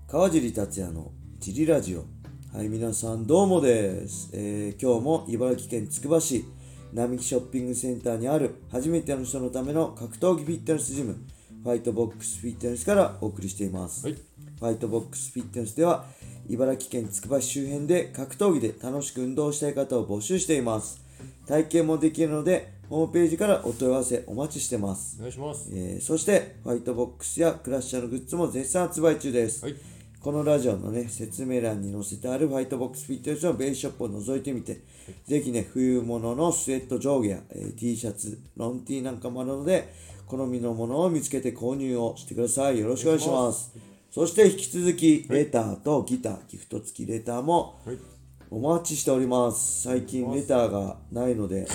川尻達也のジリラジオ。はい、皆さんどうもです。今日も茨城県つくば市並木ショッピングセンターにある初めての人のための格闘技フィットネスジム、ファイトボックスフィットネスからお送りしています。 はい、 ファイトボックスフィットネスでは茨城県つくば市周辺で格闘技で楽しく運動したい方を募集しています。体験もできるのでホームページからお問い合わせお待ちしてます。 お願いします。 そしてファイトボックスやクラッシャーのグッズも絶賛発売中です。 はい、 このラジオの説明欄に載せてあるファイトボックスフィットネスのベースショップを覗いてみて、ぜひ冬物のスウェット上下や、T シャツ、ロン T なんかもあるので、好みのものを見つけて購入をしてください。よろしくお願いします。そして引き続き、レターとギター、ギフト付きレターもお待ちしております。最近レターがないので、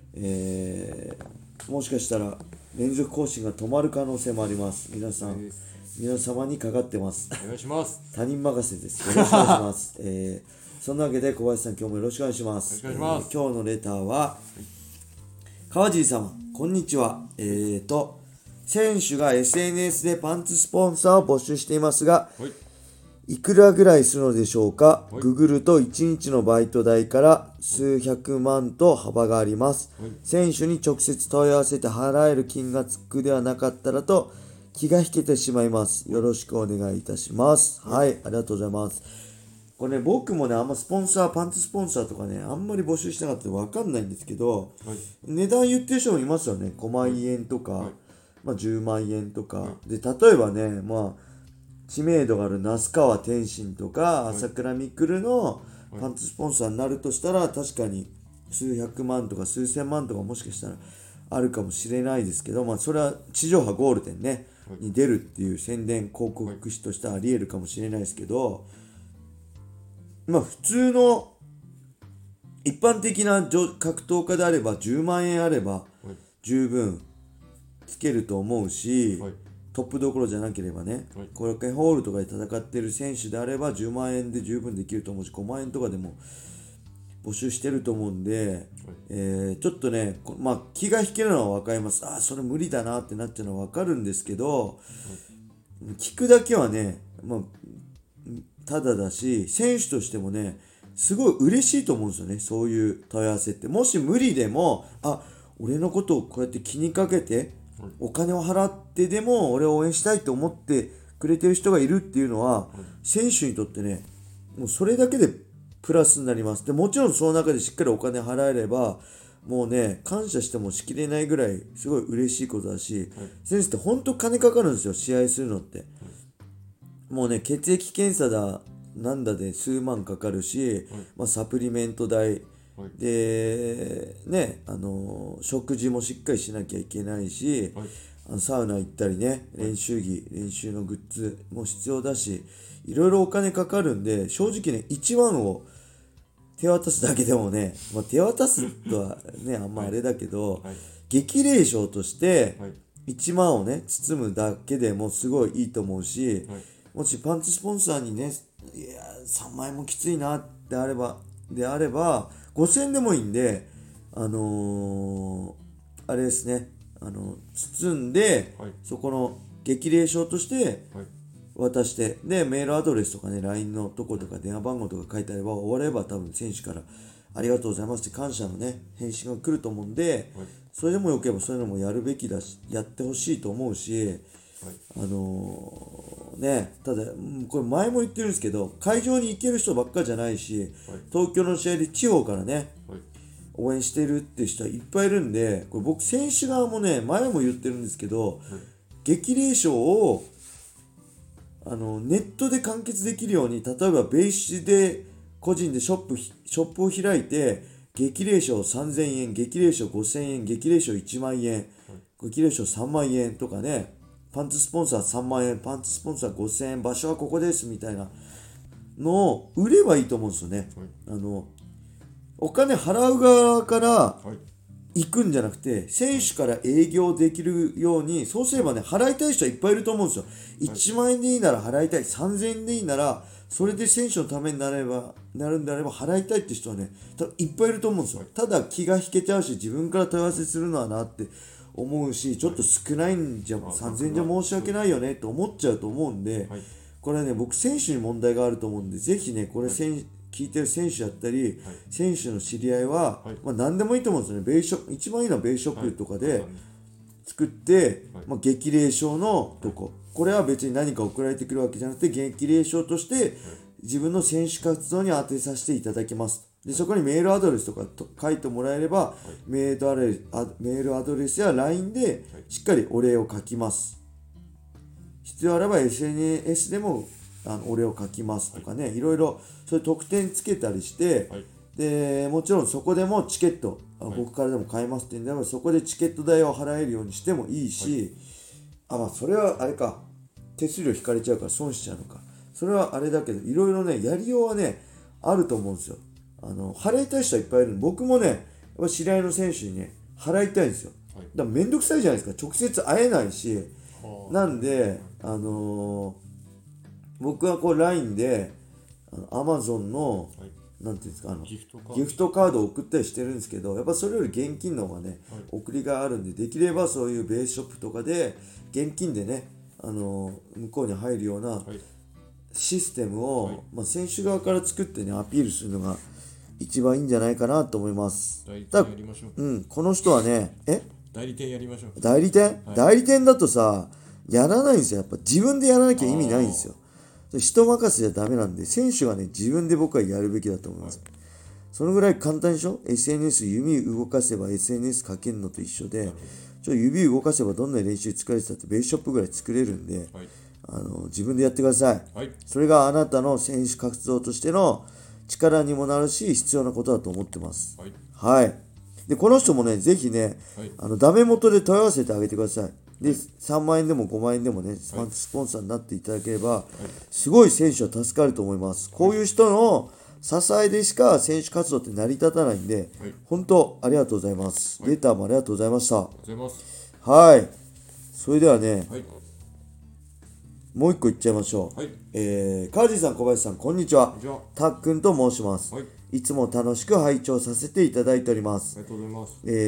もしかしたら連続更新が止まる可能性もあります。皆様にかかってます。 お願いします。 他人任せです。よろしくお願いします。そんなわけで小林さん、今日もよろしくお願いします。 よろしくお願いします。 今日のレターは、川尻様、こんにちは。選手が SNS でパンツスポンサーを募集していますが、いくらぐらいするのでしょうか。ググると1日のバイト代から数百万と幅があります。選手に直接問い合わせて払える金額ではなかったらと気が引けてしまいます。よろしくお願いいたします。はい、ありがとうございます。これ僕もあんまスポンサー、パンツスポンサーとかあんまり募集してなかったらわかんないんですけど、値段言ってる人もいますよね。5万円とか、10万円とか。で、例えば知名度がある那須川天心とか朝倉未来のパンツスポンサーになるとしたら、確かに数百万とか数千万とかもしかしたらあるかもしれないですけど、それは地上波ゴールデンに出るっていう宣伝広告費としてはあり得るかもしれないですけど、普通の一般的な格闘家であれば10万円あれば十分つけると思うし、トップどころじゃなければこれホールとかで戦ってる選手であれば10万円で十分できると思うし、5万円とかでも募集してると思うんで、ちょっと気が引けるのは分かります。それ無理だなってなっちゃうのは分かるんですけど、聞くだけはただだし、選手としてもすごい嬉しいと思うんですよね。そういう問い合わせって。もし無理でも、俺のことをこうやって気にかけてお金を払ってでも俺を応援したいと思ってくれてる人がいるっていうのは、選手にとってもうそれだけでプラスになります。でもちろんその中でしっかりお金払えればもう感謝してもしきれないぐらいすごい嬉しいことだし、選手って本当金かかるんですよ、試合するのって。もう血液検査だなんだで数万かかるし、サプリメント代で食事もしっかりしなきゃいけないし、サウナ行ったり練習着、練習のグッズも必要だし、いろいろお金かかるんで、正直1万を手渡すだけでも手渡すとはあんまあれだけど、激励賞として1万を包むだけでもすごいいいと思うし、もしパンツスポンサーにいや3万円もきついなってあれば5000円でもいいんで、あれですね、包んで、そこの激励賞として渡して、でメールアドレスとかLINE のとことか電話番号とか書いてあれば、終われば多分選手からありがとうございますって感謝の返信が来ると思うんで、それでもよければそういうのもやるべきだし、やってほしいと思うし、ただこれ前も言ってるんですけど、会場に行ける人ばっかじゃないし、東京の試合で地方から応援してるっていう人はいっぱいいるんで、これ僕選手側も前も言ってるんですけど、激励賞をネットで完結できるように、例えばベースで個人でショップを開いて、激励賞3000円、激励賞5000円、激励賞1万円、激励賞3万円とかパンツスポンサー3万円、パンツスポンサー5000円、場所はここですみたいなのを売ればいいと思うんですよね。お金払う側から行くんじゃなくて、選手から営業できるように、そうすれば払いたい人はいっぱいいると思うんですよ。1万円でいいなら払いたい、3000円でいいなら、それで選手のためになるんであれば払いたいって人は多分いっぱいいると思うんですよ。ただ気が引けちゃうし、自分から問い合わせするのはなって思うし、ちょっと少ないんじゃ、3000円じゃ申し訳ないよねって思っちゃうと思うんで、 これね僕選手に問題があると思うんで、ぜひねこれ、聞いてる選手だったり、選手の知り合いは、何でもいいと思うんですよね。ベイショップ一番いいのはベイショップとかで作って、激励賞のとこ、これは別に何か送られてくるわけじゃなくて、激励賞として自分の選手活動に当てさせていただきます。でそこにメールアドレスとか書いてもらえれば、メールアドレスや LINE でしっかりお礼を書きます。必要あれば SNS でもお礼を書きますとかね、いろいろそういう特典つけたりして、でもちろんそこでもチケット、僕からでも買えますって言うんであれば、そこでチケット代を払えるようにしてもいいし、それはあれか、手数料引かれちゃうから損しちゃうのか、それはあれだけど、いろいろねやりようはねあると思うんですよ。払いたい人はいっぱいいるんで、僕もねやっぱ知り合いの選手にね払いたいんですよ。だからめんどくさいじゃないですか、直接会えないし。なんで僕はこう LINE でAmazon の、なんていうんですか、ギフトカードを送ったりしてるんですけど、やっぱそれより現金の方がね、送りがあるんで、できればそういうベースショップとかで現金でね、向こうに入るようなシステムを、選手側から作ってねアピールするのが一番いいんじゃないかなと思います。 代理店やりましょう。 この人はね、 代理店やりましょう。 代理店、代理店だとさ、やらないんですよ。やっぱ自分でやらなきゃ意味ないんですよ。人任せじゃダメなんで、選手がね自分で僕はやるべきだと思います。そのぐらい簡単でしょ。 SNS 指動かせば SNS かけるのと一緒で、指動かせばどんな練習疲れてたってベースショップぐらい作れるんで、自分でやってください。それがあなたの選手活動としての力にもなるし、必要なことだと思ってます。でこの人もね、ぜひね、ダメ元で問い合わせてあげてください。で3万円でも5万円でもね、スポンサーになっていただければ、すごい選手は助かると思います。こういう人の支えでしか選手活動って成り立たないんで、本当ありがとうございます。レターもありがとうございました。それではね、もう一個いっちゃいましょう。川地さん、小林さん、こんにちは。たっくんと申します。いつも楽しく拝聴させていただいております。 ありがとうございます。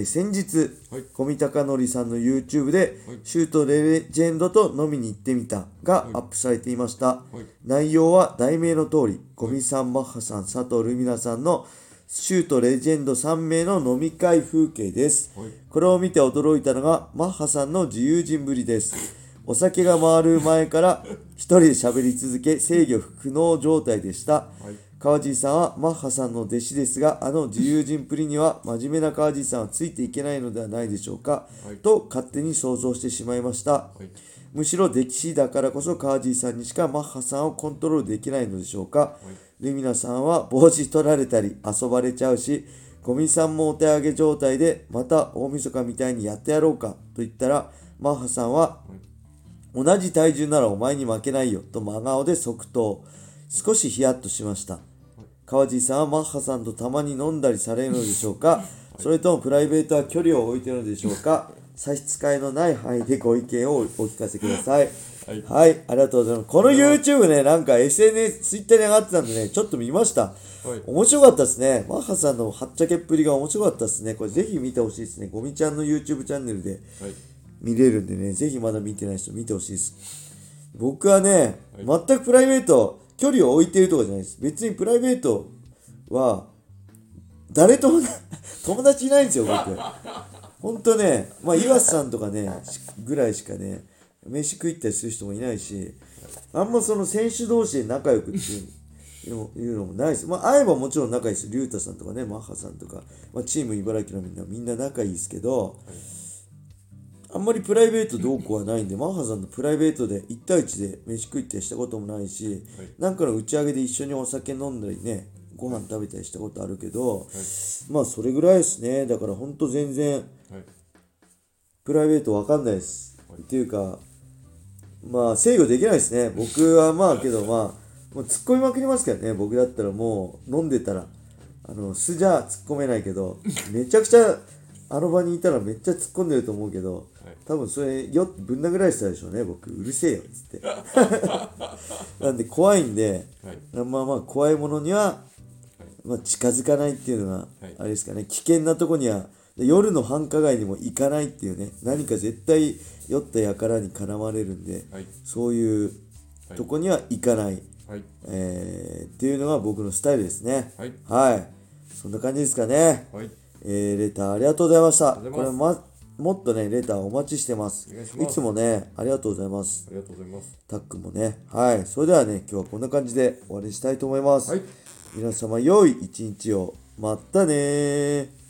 先日、小見高則さんの YouTube で、シュートレジェンドと飲みに行ってみたがアップされていました。内容は題名の通り、小見さん、マッハさん、佐藤ルミナさんのシュートレジェンド3名の飲み会風景です。これを見て驚いたのが、マッハさんの自由人ぶりです。お酒が回る前から一人で喋り続け、制御不能状態でした。川地さんはマッハさんの弟子ですが、自由人プリには真面目な川地さんはついていけないのではないでしょうか、と勝手に想像してしまいました。むしろ弟子だからこそ川地さんにしかマッハさんをコントロールできないのでしょうか。ルミナさんは帽子取られたり遊ばれちゃうし、小見さんもお手上げ状態でまた大晦日みたいにやってやろうかと言ったら、マッハさんは同じ体重ならお前に負けないよと真顔で即答。少しヒヤッとしました。川地さんはマッハさんとたまに飲んだりされるのでしょうか、それともプライベートは距離を置いているのでしょうか。差し支えのない範囲でご意見をお聞かせください。ありがとうございます。この YouTube ね、なんか SNS、Twitter に上がってたんでね、ちょっと見ました。面白かったですね。マッハさんのはっちゃけっぷりが面白かったですね。これぜひ見てほしいですね。ゴミちゃんの YouTube チャンネルで見れるんでね、ぜひまだ見てない人見てほしいです。僕はね、全くプライベート、距離を置いてるとかじゃないです。別にプライベートは誰とも友達いないんですよ、僕。ほんとね、岩瀬さんとかね、ぐらいしかね、飯食いったりする人もいないし、あんまその選手同士で仲良くっていうのもないです。会えばもちろん仲いいです。龍太さんとかね、マッハさんとか、チーム茨城のみんな仲いいですけど、あんまりプライベートどうこうはないんで、マッハさんのプライベートで1対1で飯食いってしたこともないし、なんかの打ち上げで一緒にお酒飲んだりね、ご飯食べたりしたことあるけど、それぐらいですね。だからほんと全然プライベートわかんないです。っていうか、制御できないですね。僕はけどもう突っ込みまくりますけどね。僕だったらもう飲んでたら素じゃ突っ込めないけど、めちゃくちゃあの場にいたらめっちゃ突っ込んでると思うけど、多分それぶん殴られてたでしょうね。僕うるせえよっつってなんで怖いんで、怖いものには、近づかないっていうのがあれですかね。危険なとこには夜の繁華街にも行かないっていうね。何か絶対酔った輩に絡まれるんで、そういうとこには行かない、 はい。 っていうのが僕のスタイルですね。 はい。 はい。そんな感じですかね。 はい。 レターありがとうございました。 ありがとうございこれもっとね、レターお待ちしてます。 お願いしますいつもね、ありがとうございます。 ありがとうございます。 タックもね。はい。それではね、今日はこんな感じで終わりにしたいと思います。 はい。 皆様、良い一日を。またねー。